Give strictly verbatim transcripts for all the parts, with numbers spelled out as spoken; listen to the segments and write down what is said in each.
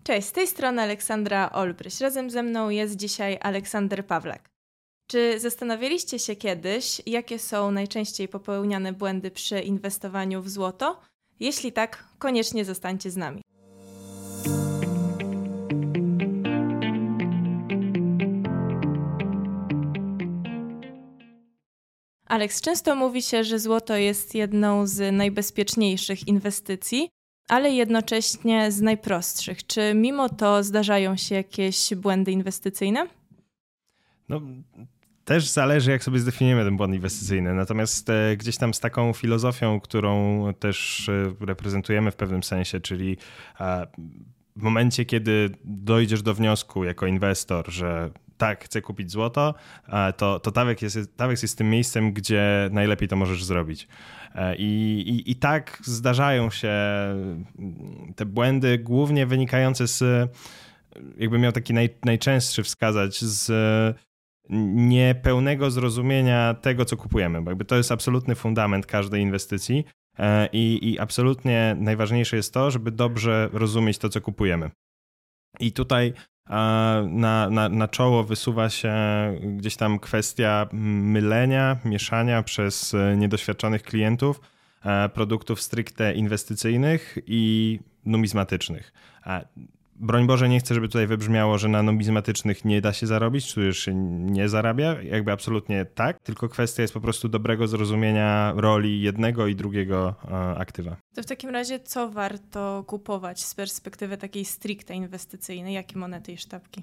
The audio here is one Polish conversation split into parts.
Cześć, z tej strony Aleksandra Olbryś. Razem ze mną jest dzisiaj Aleksander Pawlak. Czy zastanawialiście się kiedyś, jakie są najczęściej popełniane błędy przy inwestowaniu w złoto? Jeśli tak, koniecznie zostańcie z nami. Aleks, często mówi się, że złoto jest jedną z najbezpieczniejszych inwestycji, ale jednocześnie z najprostszych. Czy mimo to zdarzają się jakieś błędy inwestycyjne? No, też zależy, jak sobie zdefiniujemy ten błąd inwestycyjny. Natomiast e, gdzieś tam z taką filozofią, którą też e, reprezentujemy w pewnym sensie, czyli e, w momencie, kiedy dojdziesz do wniosku jako inwestor, że tak, chcę kupić złoto, to, to Tawex jest, Tawex jest tym miejscem, gdzie najlepiej to możesz zrobić. I, i, I tak zdarzają się te błędy, głównie wynikające z, jakbym miał taki naj, najczęstszy wskazać, z niepełnego zrozumienia tego, co kupujemy, bo jakby to jest absolutny fundament każdej inwestycji i, i absolutnie najważniejsze jest to, żeby dobrze rozumieć to, co kupujemy. I tutaj na, na, na czoło wysuwa się gdzieś tam kwestia mylenia, mieszania przez niedoświadczonych klientów produktów stricte inwestycyjnych i numizmatycznych. Broń Boże, nie chcę, żeby tutaj wybrzmiało, że na numizmatycznych nie da się zarobić, czy już się nie zarabia. Jakby absolutnie tak, tylko kwestia jest po prostu dobrego zrozumienia roli jednego i drugiego aktywa. To w takim razie co warto kupować z perspektywy takiej stricte inwestycyjnej? Jakie monety i sztabki?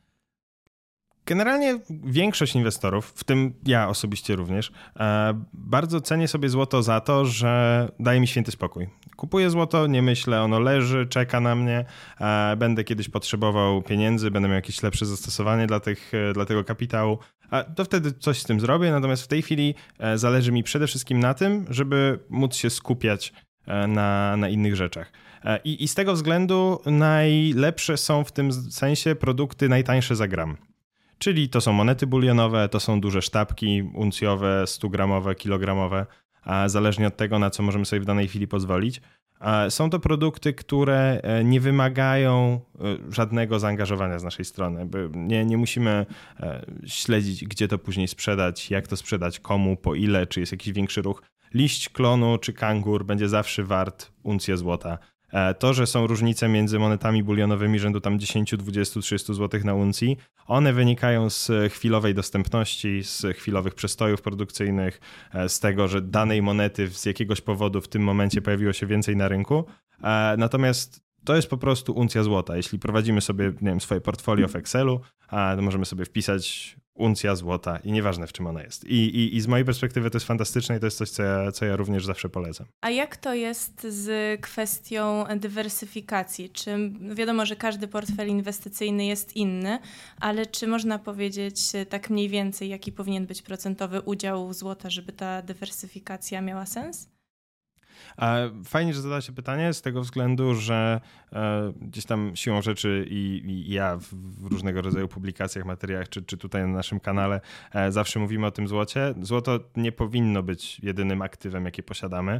Generalnie większość inwestorów, w tym ja osobiście również, bardzo cenię sobie złoto za to, że daje mi święty spokój. Kupuję złoto, nie myślę, ono leży, czeka na mnie, będę kiedyś potrzebował pieniędzy, będę miał jakieś lepsze zastosowanie dla, tych, dla tego kapitału, to wtedy coś z tym zrobię, natomiast w tej chwili zależy mi przede wszystkim na tym, żeby móc się skupiać na, na innych rzeczach. I, I z tego względu najlepsze są w tym sensie produkty najtańsze za gram. Czyli to są monety bulionowe, to są duże sztabki uncjowe, stugramowe, kilogramowe, a zależnie od tego, na co możemy sobie w danej chwili pozwolić. Są to produkty, które nie wymagają żadnego zaangażowania z naszej strony. Nie, nie musimy śledzić, gdzie to później sprzedać, jak to sprzedać, komu, po ile, czy jest jakiś większy ruch. Liść klonu czy kangur będzie zawsze wart uncję złota. To, że są różnice między monetami bulionowymi rzędu tam dziesięć, dwadzieścia, trzydzieści złotych na uncji, one wynikają z chwilowej dostępności, z chwilowych przestojów produkcyjnych, z tego, że danej monety z jakiegoś powodu w tym momencie pojawiło się więcej na rynku. Natomiast to jest po prostu uncja złota. Jeśli prowadzimy sobie, nie wiem, swoje portfolio w Excelu, to możemy sobie wpisać uncja złota i nieważne, w czym ona jest. I, i, i z mojej perspektywy to jest fantastyczne i to jest coś, co ja, co ja również zawsze polecam. A jak to jest z kwestią dywersyfikacji? Czy wiadomo, że każdy portfel inwestycyjny jest inny, ale czy można powiedzieć tak mniej więcej, jaki powinien być procentowy udział złota, żeby ta dywersyfikacja miała sens? Fajnie, że zadałaś się pytanie z tego względu, że gdzieś tam siłą rzeczy i, i ja w różnego rodzaju publikacjach, materiałach, czy, czy tutaj na naszym kanale zawsze mówimy o tym złocie. Złoto nie powinno być jedynym aktywem, jakie posiadamy.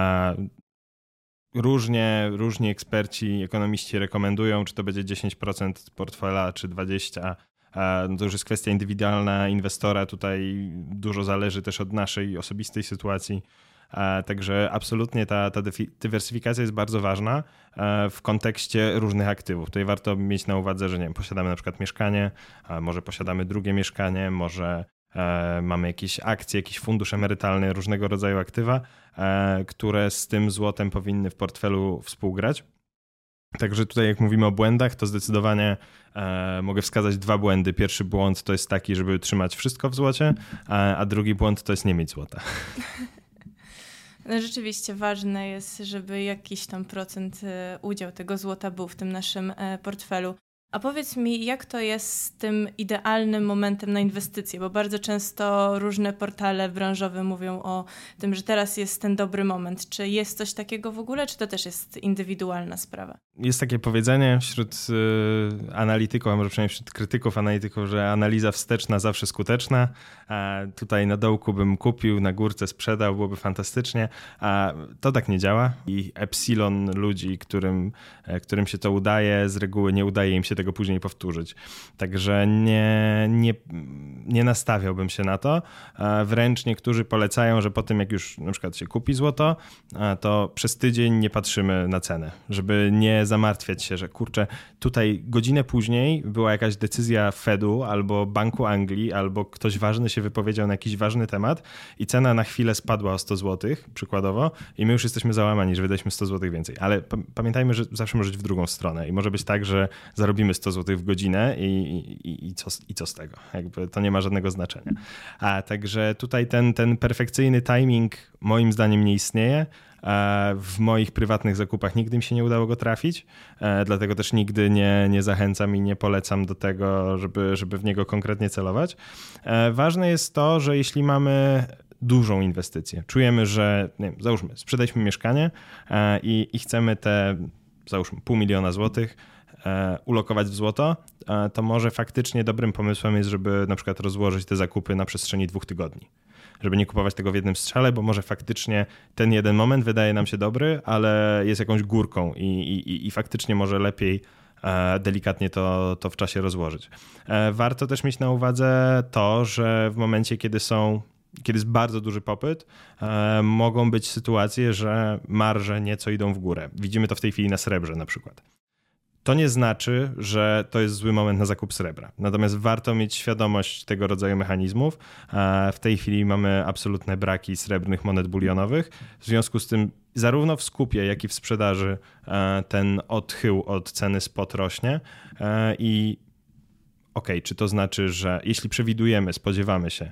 Różnie, różni eksperci, ekonomiści rekomendują, czy to będzie dziesięć procent portfela, czy dwadzieścia procent. To już jest kwestia indywidualna inwestora. Tutaj dużo zależy też od naszej osobistej sytuacji. Także absolutnie ta, ta dywersyfikacja jest bardzo ważna w kontekście różnych aktywów. Tutaj warto mieć na uwadze, że nie wiem, posiadamy na przykład mieszkanie, może posiadamy drugie mieszkanie, może mamy jakieś akcje, jakiś fundusz emerytalny, różnego rodzaju aktywa, które z tym złotem powinny w portfelu współgrać. Także tutaj jak mówimy o błędach, to zdecydowanie e, mogę wskazać dwa błędy. Pierwszy błąd to jest taki, żeby trzymać wszystko w złocie, a, a drugi błąd to jest nie mieć złota. No rzeczywiście ważne jest, żeby jakiś tam procent udział tego złota był w tym naszym portfelu. A powiedz mi, jak to jest z tym idealnym momentem na inwestycje? Bo bardzo często różne portale branżowe mówią o tym, że teraz jest ten dobry moment. Czy jest coś takiego w ogóle, czy to też jest indywidualna sprawa? Jest takie powiedzenie wśród y, analityków, a może przynajmniej wśród krytyków analityków, że analiza wsteczna zawsze skuteczna. A tutaj na dołku bym kupił, na górce sprzedał, byłoby fantastycznie. A to tak nie działa i epsilon ludzi, którym, którym się to udaje, z reguły nie udaje im się tego później powtórzyć. Także nie, nie, nie nastawiałbym się na to. Wręcz niektórzy polecają, że po tym jak już na przykład się kupi złoto, to przez tydzień nie patrzymy na cenę, żeby nie zamartwiać się, że kurczę, tutaj godzinę później była jakaś decyzja Fedu albo Banku Anglii, albo ktoś ważny się wypowiedział na jakiś ważny temat i cena na chwilę spadła o sto złotych przykładowo i my już jesteśmy załamani, że wydaliśmy sto złotych więcej. Ale p- pamiętajmy, że zawsze może być w drugą stronę i może być tak, że zarobimy sto złotych w godzinę i, i, i, co, i co z tego? Jakby to nie ma żadnego znaczenia. A także tutaj ten, ten perfekcyjny timing moim zdaniem nie istnieje. W moich prywatnych zakupach nigdy mi się nie udało go trafić, dlatego też nigdy nie, nie zachęcam i nie polecam do tego, żeby, żeby w niego konkretnie celować. Ważne jest to, że jeśli mamy dużą inwestycję, czujemy, że nie wiem, załóżmy, sprzedaliśmy mieszkanie i, i chcemy te, załóżmy, pół miliona złotych ulokować w złoto, to może faktycznie dobrym pomysłem jest, żeby na przykład rozłożyć te zakupy na przestrzeni dwóch tygodni. Żeby nie kupować tego w jednym strzale, bo może faktycznie ten jeden moment wydaje nam się dobry, ale jest jakąś górką i, i, i faktycznie może lepiej delikatnie to, to w czasie rozłożyć. Warto też mieć na uwadze to, że w momencie, kiedy są kiedy jest bardzo duży popyt, mogą być sytuacje, że marże nieco idą w górę. Widzimy to w tej chwili na srebrze na przykład. To nie znaczy, że to jest zły moment na zakup srebra. Natomiast warto mieć świadomość tego rodzaju mechanizmów. W tej chwili mamy absolutne braki srebrnych monet bulionowych. W związku z tym zarówno w skupie, jak i w sprzedaży ten odchył od ceny spot rośnie. I okej, okay, czy to znaczy, że jeśli przewidujemy, spodziewamy się,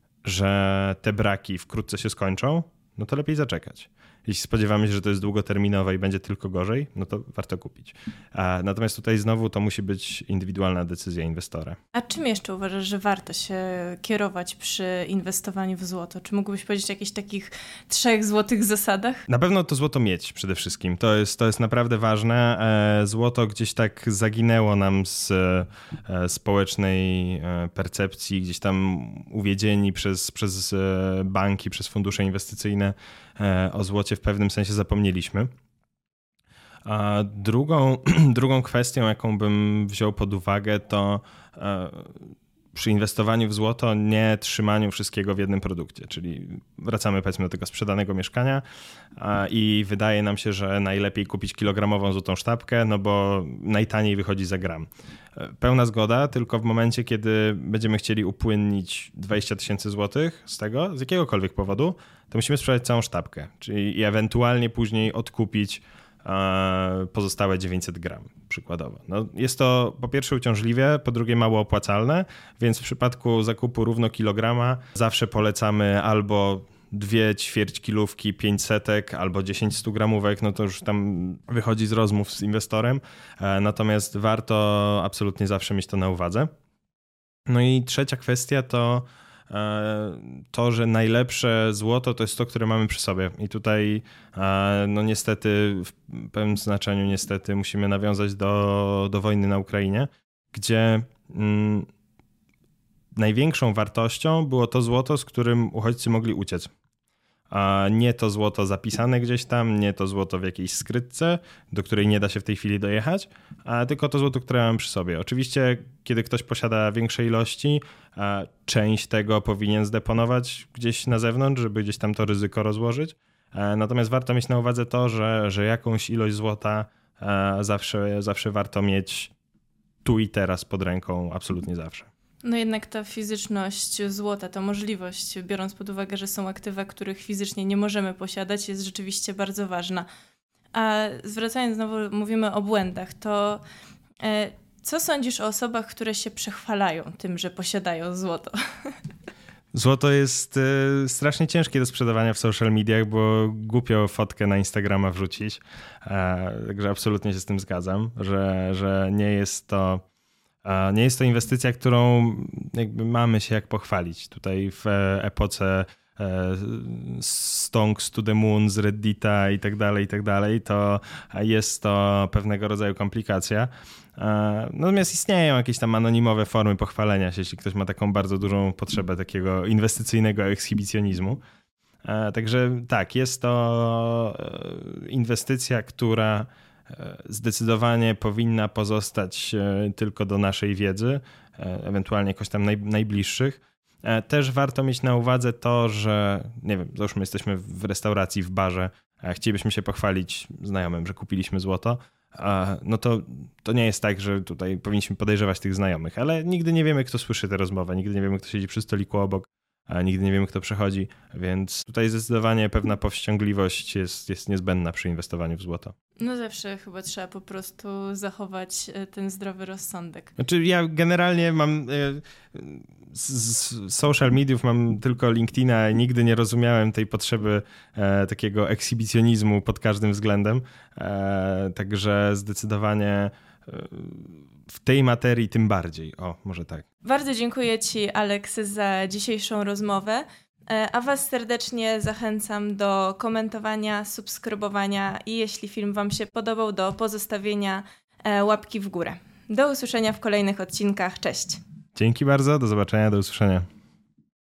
że te braki wkrótce się skończą, no to lepiej zaczekać. Jeśli spodziewamy się, że to jest długoterminowe i będzie tylko gorzej, no to warto kupić. A natomiast tutaj znowu to musi być indywidualna decyzja inwestora. A czym jeszcze uważasz, że warto się kierować przy inwestowaniu w złoto? Czy mógłbyś powiedzieć o jakichś takich trzech złotych zasadach? Na pewno to złoto mieć przede wszystkim. To jest, to jest naprawdę ważne. Złoto gdzieś tak zaginęło nam z społecznej percepcji, gdzieś tam uwiedzieni przez, przez banki, przez fundusze inwestycyjne. O złocie w pewnym sensie zapomnieliśmy. A drugą, drugą kwestią, jaką bym wziął pod uwagę, to przy inwestowaniu w złoto nie trzymaniu wszystkiego w jednym produkcie, czyli wracamy powiedzmy do tego sprzedanego mieszkania i wydaje nam się, że najlepiej kupić kilogramową złotą sztabkę, no bo najtaniej wychodzi za gram. Pełna zgoda, tylko w momencie, kiedy będziemy chcieli upłynnić dwadzieścia tysięcy złotych z tego, z jakiegokolwiek powodu, to musimy sprzedać całą sztabkę, czyli i ewentualnie później odkupić pozostałe dziewięćset gram, przykładowo. No, jest to po pierwsze uciążliwe, po drugie mało opłacalne, więc w przypadku zakupu równo kilograma zawsze polecamy albo dwie ćwierćkilówki, pięć setek albo dziesięć stugramówek, no to już tam wychodzi z rozmów z inwestorem, natomiast warto absolutnie zawsze mieć to na uwadze. No i trzecia kwestia to to, że najlepsze złoto to jest to, które mamy przy sobie. I tutaj no niestety, w pewnym znaczeniu niestety musimy nawiązać do, do wojny na Ukrainie, gdzie mm, największą wartością było to złoto, z którym uchodźcy mogli uciec. A nie to złoto zapisane gdzieś tam, nie to złoto w jakiejś skrytce, do której nie da się w tej chwili dojechać, a tylko to złoto, które mam przy sobie. Oczywiście, kiedy ktoś posiada większe ilości, część tego powinien zdeponować gdzieś na zewnątrz, żeby gdzieś tam to ryzyko rozłożyć. Natomiast warto mieć na uwadze to, że, że jakąś ilość złota zawsze, zawsze warto mieć tu i teraz pod ręką, absolutnie zawsze. No jednak ta fizyczność złota, ta możliwość, biorąc pod uwagę, że są aktywa, których fizycznie nie możemy posiadać, jest rzeczywiście bardzo ważna. A zwracając znowu, mówimy o błędach, to e, co sądzisz o osobach, które się przechwalają tym, że posiadają złoto? Złoto jest y, strasznie ciężkie do sprzedawania w social mediach, bo głupio fotkę na Instagrama wrzucić. E, także absolutnie się z tym zgadzam, że, że nie jest to e, nie jest to inwestycja, którą jakby mamy się jak pochwalić. Tutaj w epoce e, Stonks to the Moon z Reddita i tak dalej, i tak dalej, to jest to pewnego rodzaju komplikacja. Natomiast istnieją jakieś tam anonimowe formy pochwalenia się, jeśli ktoś ma taką bardzo dużą potrzebę takiego inwestycyjnego ekshibicjonizmu. Także tak, jest to inwestycja, która zdecydowanie powinna pozostać tylko do naszej wiedzy, ewentualnie jakoś tam naj, najbliższych. Też warto mieć na uwadze to, że nie wiem, załóżmy jesteśmy w restauracji, w barze, chcielibyśmy się pochwalić znajomym, że kupiliśmy złoto, no to, to nie jest tak, że tutaj powinniśmy podejrzewać tych znajomych, ale nigdy nie wiemy, kto słyszy tę rozmowę, nigdy nie wiemy, kto siedzi przy stoliku obok, a nigdy nie wiemy, kto przechodzi, więc tutaj zdecydowanie pewna powściągliwość jest, jest niezbędna przy inwestowaniu w złoto. No zawsze chyba trzeba po prostu zachować ten zdrowy rozsądek. Znaczy ja generalnie mam z social mediów mam tylko LinkedIna i nigdy nie rozumiałem tej potrzeby e, takiego ekshibicjonizmu pod każdym względem, e, także zdecydowanie e, w tej materii tym bardziej. O, może tak. Bardzo dziękuję Ci, Aleks, za dzisiejszą rozmowę, a Was serdecznie zachęcam do komentowania, subskrybowania i jeśli film Wam się podobał, do pozostawienia łapki w górę. Do usłyszenia w kolejnych odcinkach. Cześć! Dzięki bardzo, do zobaczenia, do usłyszenia.